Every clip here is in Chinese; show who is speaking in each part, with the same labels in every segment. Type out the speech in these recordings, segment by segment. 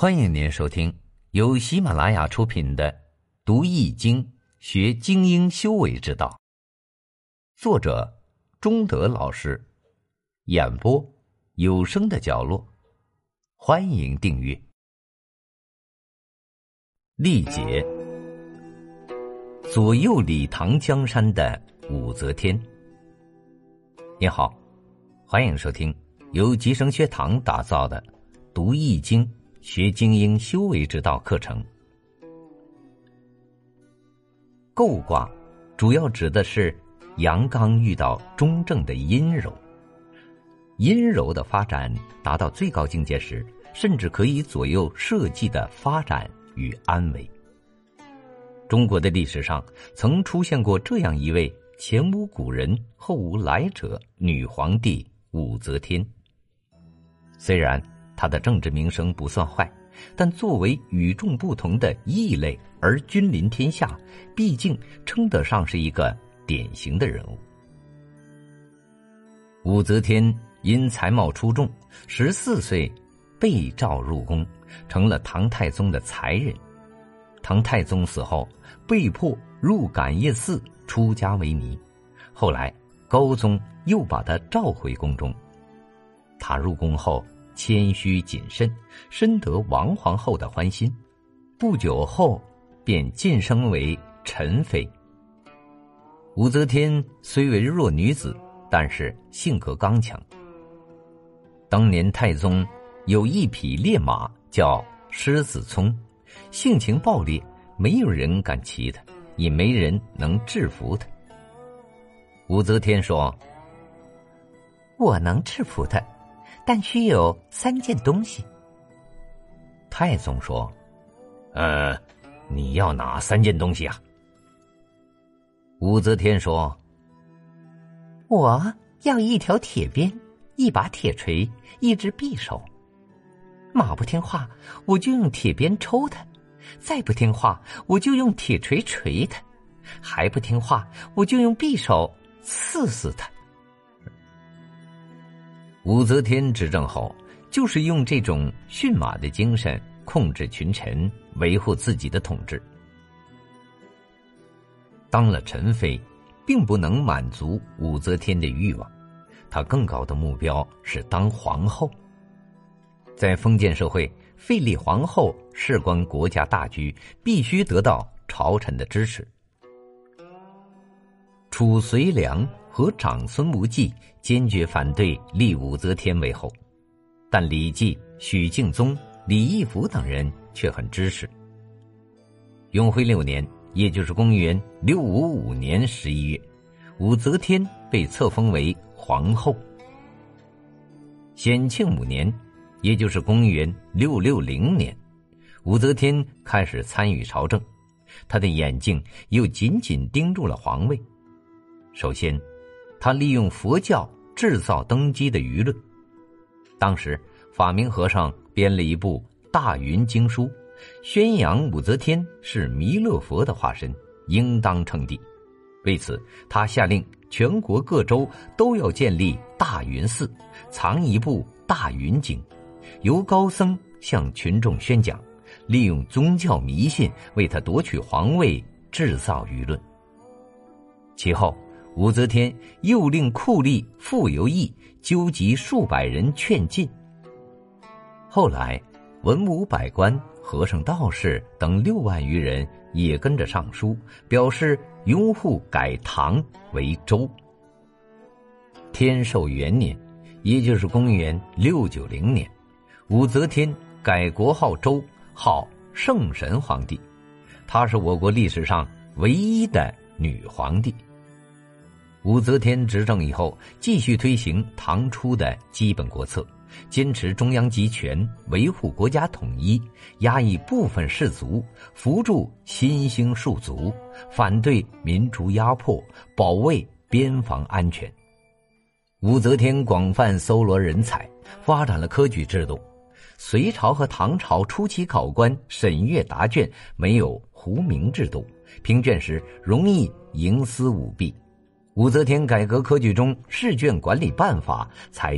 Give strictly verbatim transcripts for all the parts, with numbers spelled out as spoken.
Speaker 1: 欢迎您收听由喜马拉雅出品的《读易经学精英修为之道》，作者中德老师，演播有声的角落。欢迎订阅。历劫，左右李唐江山的武则天。你好，欢迎收听由吉生学堂打造的《读易经学精英修为之道》课程。构卦主要指的是阳刚遇到中正的阴柔，阴柔的发展达到最高境界时，甚至可以左右社稷的发展与安危。中国的历史上曾出现过这样一位前无古人后无来者女皇帝武则天。虽然她的政治名声不算坏，但作为与众不同的异类而君临天下，毕竟称得上是一个典型的人物。武则天因才貌出众，十四岁被召入宫，成了唐太宗的才人。唐太宗死后，被迫入感业寺出家为尼。后来高宗又把他召回宫中。他入宫后谦虚谨慎，深得王皇后的欢心，不久后便晋升为宸妃。武则天虽为弱女子，但是性格刚强。当年太宗有一匹烈马叫狮子聪，性情暴烈，没有人敢骑它，也没人能制服它。武则天说：我能制服它，但需有三件东西。太宗说：呃，你要哪三件东西啊？武则天说：我要一条铁鞭，一把铁锤，一只匕首。马不听话，我就用铁鞭抽它；再不听话，我就用铁锤锤它；还不听话，我就用匕首刺死它。武则天执政后，就是用这种驯马的精神控制群臣，维护自己的统治。当了宸妃，并不能满足武则天的欲望，她更高的目标是当皇后。在封建社会，废立皇后事关国家大局，必须得到朝臣的支持。褚遂良和长孙无忌坚决反对立武则天为后，但李绩、许敬宗、李义府等人却很支持。永徽六年，也就是公元六五五年十一月，武则天被册封为皇后。显庆五年，也就是公元六六零年，武则天开始参与朝政，她的眼睛又紧紧盯住了皇位。首先，他利用佛教制造登基的舆论。当时法明和尚编了一部《大云经书》，宣扬武则天是弥勒佛的化身，应当称帝。为此，他下令全国各州都要建立大云寺，藏一部《大云经》，由高僧向群众宣讲，利用宗教迷信为他夺取皇位制造舆论。其后武则天又令酷吏傅由义纠集数百人劝进。后来文武百官、和尚道士等六万余人也跟着上书，表示拥护改唐为周。天寿元年，也就是公元六九零年，武则天改国号周，号圣神皇帝。她是我国历史上唯一的女皇帝。武则天执政以后，继续推行唐初的基本国策，坚持中央集权，维护国家统一，压抑部分士族，扶助新兴庶族，反对民族压迫，保卫边防安全。武则天广泛搜罗人才，发展了科举制度。隋朝和唐朝初期考官审阅答卷没有糊名制度，评卷时容易营私舞弊。武则天改革科举中试卷管理办法，采用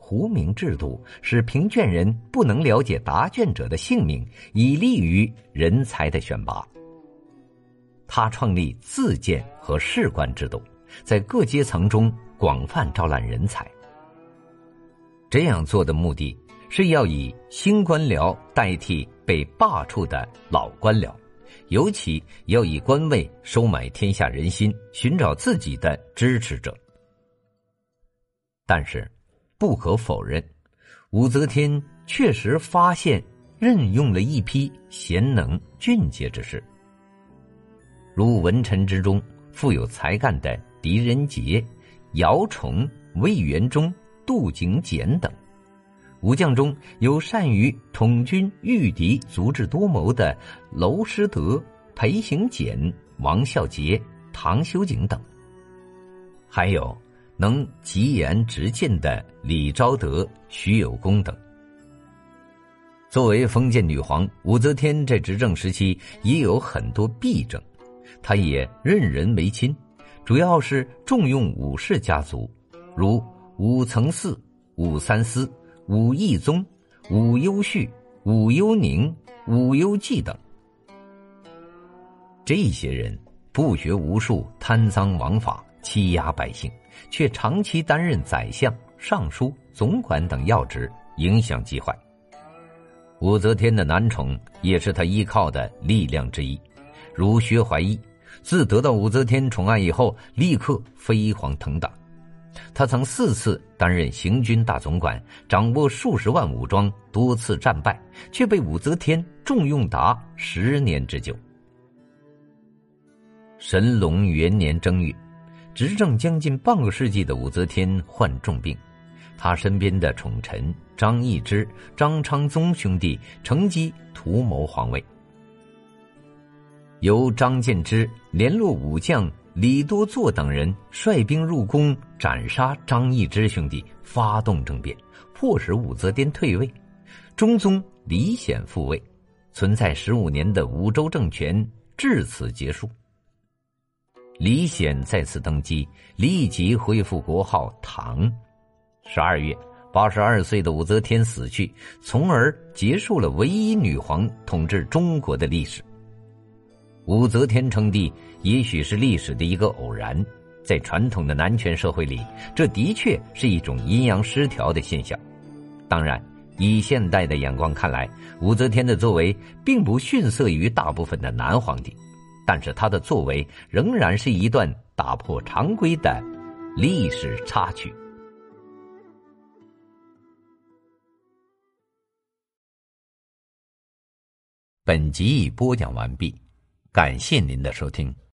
Speaker 1: 胡名制度，使评卷人不能了解答卷者的姓名，以利于人才的选拔。他创立自荐和士官制度，在各阶层中广泛招揽人才。这样做的目的是要以新官僚代替被罢黜的老官僚，尤其要以官位收买天下人心，寻找自己的支持者。但是不可否认，武则天确实发现任用了一批贤能俊杰之士，如文臣之中富有才干的狄仁杰、姚崇、魏元忠、杜景简等，武将中有善于统军御敌、足智多谋的娄师德、裴行俭、王孝杰、唐修景等，还有能急言直谏的李昭德、徐有功等。作为封建女皇，武则天这执政时期也有很多弊政，她也任人唯亲，主要是重用武氏家族，如武曾嗣、武三思、武义宗、武攸绪、武攸宁、武攸暨等。这些人不学无术，贪赃枉法，欺压百姓，却长期担任宰相、尚书、总管等要职，影响极坏。武则天的男宠也是他依靠的力量之一，如薛怀义，自得到武则天宠爱以后，立刻飞黄腾达。他曾四次担任行军大总管，掌握数十万武装，多次战败，却被武则天重用达十年之久。神龙元年正月，执政将近半个世纪的武则天患重病，他身边的宠臣张易之、张昌宗兄弟乘机图谋皇位，由张建之联络武将李多作等人率兵入宫斩杀张易之兄弟，发动政变，迫使武则天退位，中宗李显复位，存在十五年的武周政权至此结束。李显再次登基，立即恢复国号唐。十二月，八十二岁的武则天死去，从而结束了唯一女皇统治中国的历史。武则天称帝也许是历史的一个偶然，在传统的男权社会里，这的确是一种阴阳失调的现象。当然，以现代的眼光看来，武则天的作为并不逊色于大部分的男皇帝，但是她的作为仍然是一段打破常规的历史插曲。本集已播讲完毕，感谢您的收听。